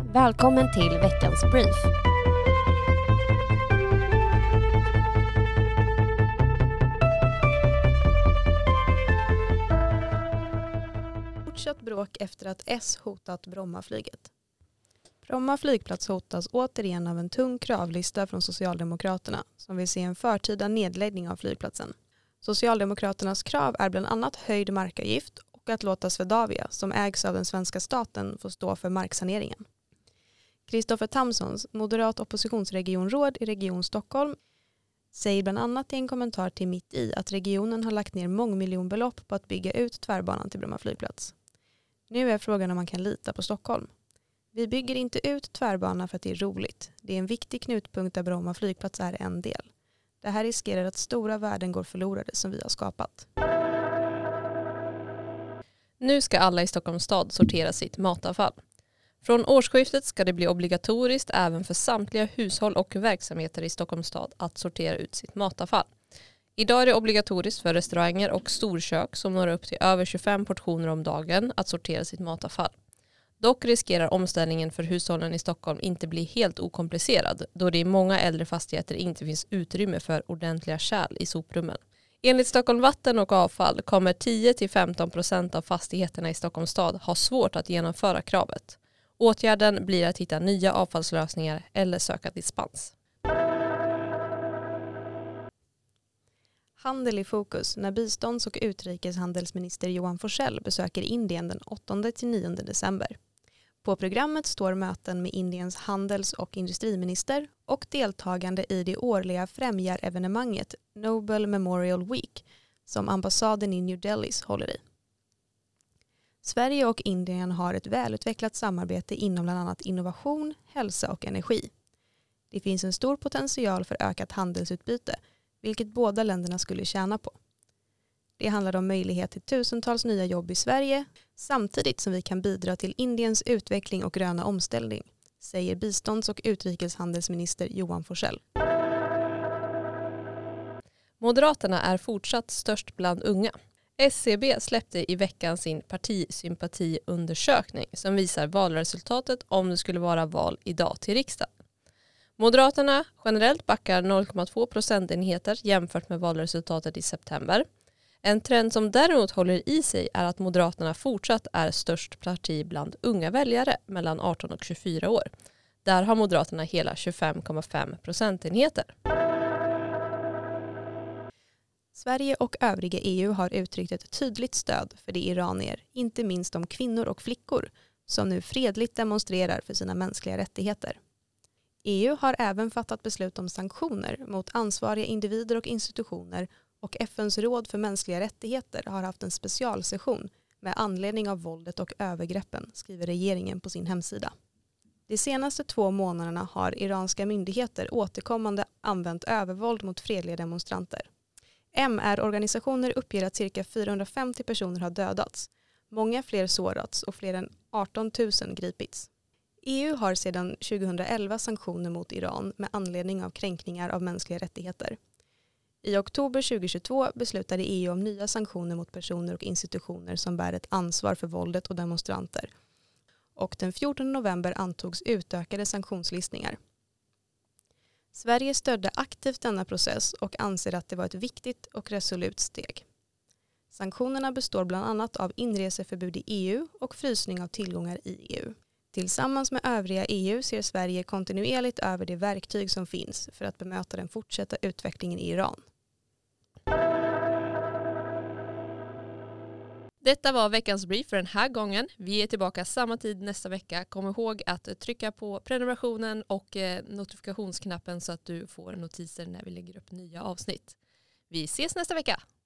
Välkommen till veckans brief. Fortsatt bråk efter att S hotat Brommaflyget. Bromma flygplats hotas återigen av en tung kravlista från Socialdemokraterna som vill se en förtida nedläggning av flygplatsen. Socialdemokraternas krav är bland annat höjd markavgift och att låta Swedavia, som ägs av den svenska staten, få stå för marksaneringen. Kristoffer Tamsons, moderat oppositionsregionråd i Region Stockholm, säger bland annat i en kommentar till Mitt i att regionen har lagt ner mångmiljonbelopp på att bygga ut tvärbanan till Bromma flygplats. Nu är frågan om man kan lita på Stockholm. Vi bygger inte ut tvärbanan för att det är roligt. Det är en viktig knutpunkt där Bromma flygplats är en del. Det här riskerar att stora värden går förlorade som vi har skapat. Nu ska alla i Stockholms stad sortera sitt matavfall. Från årsskiftet ska det bli obligatoriskt även för samtliga hushåll och verksamheter i Stockholms stad att sortera ut sitt matavfall. Idag är det obligatoriskt för restauranger och storkök som når upp till över 25 portioner om dagen att sortera sitt matavfall. Dock riskerar omställningen för hushållen i Stockholm inte bli helt okomplicerad då det i många äldre fastigheter inte finns utrymme för ordentliga kärl i soprummen. Enligt Stockholm Vatten och Avfall kommer 10-15% av fastigheterna i Stockholms stad ha svårt att genomföra kravet. Åtgärden blir att hitta nya avfallslösningar eller söka dispens. Handel i fokus när bistånds- och utrikeshandelsminister Johan Forssell besöker Indien den 8-9 december. På programmet står möten med Indiens handels- och industriminister och deltagande i det årliga främjarevenemanget Nobel Memorial Week som ambassaden i New Delhi håller i. Sverige och Indien har ett välutvecklat samarbete inom bland annat innovation, hälsa och energi. Det finns en stor potential för ökat handelsutbyte, vilket båda länderna skulle tjäna på. Det handlar om möjlighet till tusentals nya jobb i Sverige, samtidigt som vi kan bidra till Indiens utveckling och gröna omställning, säger bistånds- och utrikeshandelsminister Johan Forssell. Moderaterna är fortsatt störst bland unga. SCB släppte i veckan sin partisympatiundersökning som visar valresultatet om det skulle vara val idag till riksdagen. Moderaterna generellt backar 0,2 procentenheter jämfört med valresultatet i september. En trend som däremot håller i sig är att Moderaterna fortsatt är störst parti bland unga väljare mellan 18 och 24 år. Där har Moderaterna hela 25,5 procentenheter. Sverige och övriga EU har uttryckt ett tydligt stöd för de iranier, inte minst de kvinnor och flickor, som nu fredligt demonstrerar för sina mänskliga rättigheter. EU har även fattat beslut om sanktioner mot ansvariga individer och institutioner och FN:s råd för mänskliga rättigheter har haft en specialsession med anledning av våldet och övergreppen, skriver regeringen på sin hemsida. De senaste 2 månaderna har iranska myndigheter återkommande använt övervåld mot fredliga demonstranter. MR-organisationer uppger att cirka 450 personer har dödats, många fler sårats och fler än 18 000 gripits. EU har sedan 2011 sanktioner mot Iran med anledning av kränkningar av mänskliga rättigheter. I oktober 2022 beslutade EU om nya sanktioner mot personer och institutioner som bär ett ansvar för våldet och demonstranter. Och den 14 november antogs utökade sanktionslistningar. Sverige stödde aktivt denna process och anser att det var ett viktigt och resolut steg. Sanktionerna består bland annat av inreseförbud i EU och frysning av tillgångar i EU. Tillsammans med övriga EU ser Sverige kontinuerligt över de verktyg som finns för att bemöta den fortsatta utvecklingen i Iran. Detta var veckans brief för den här gången. Vi är tillbaka samma tid nästa vecka. Kom ihåg att trycka på prenumerationen och notifikationsknappen så att du får notiser när vi lägger upp nya avsnitt. Vi ses nästa vecka!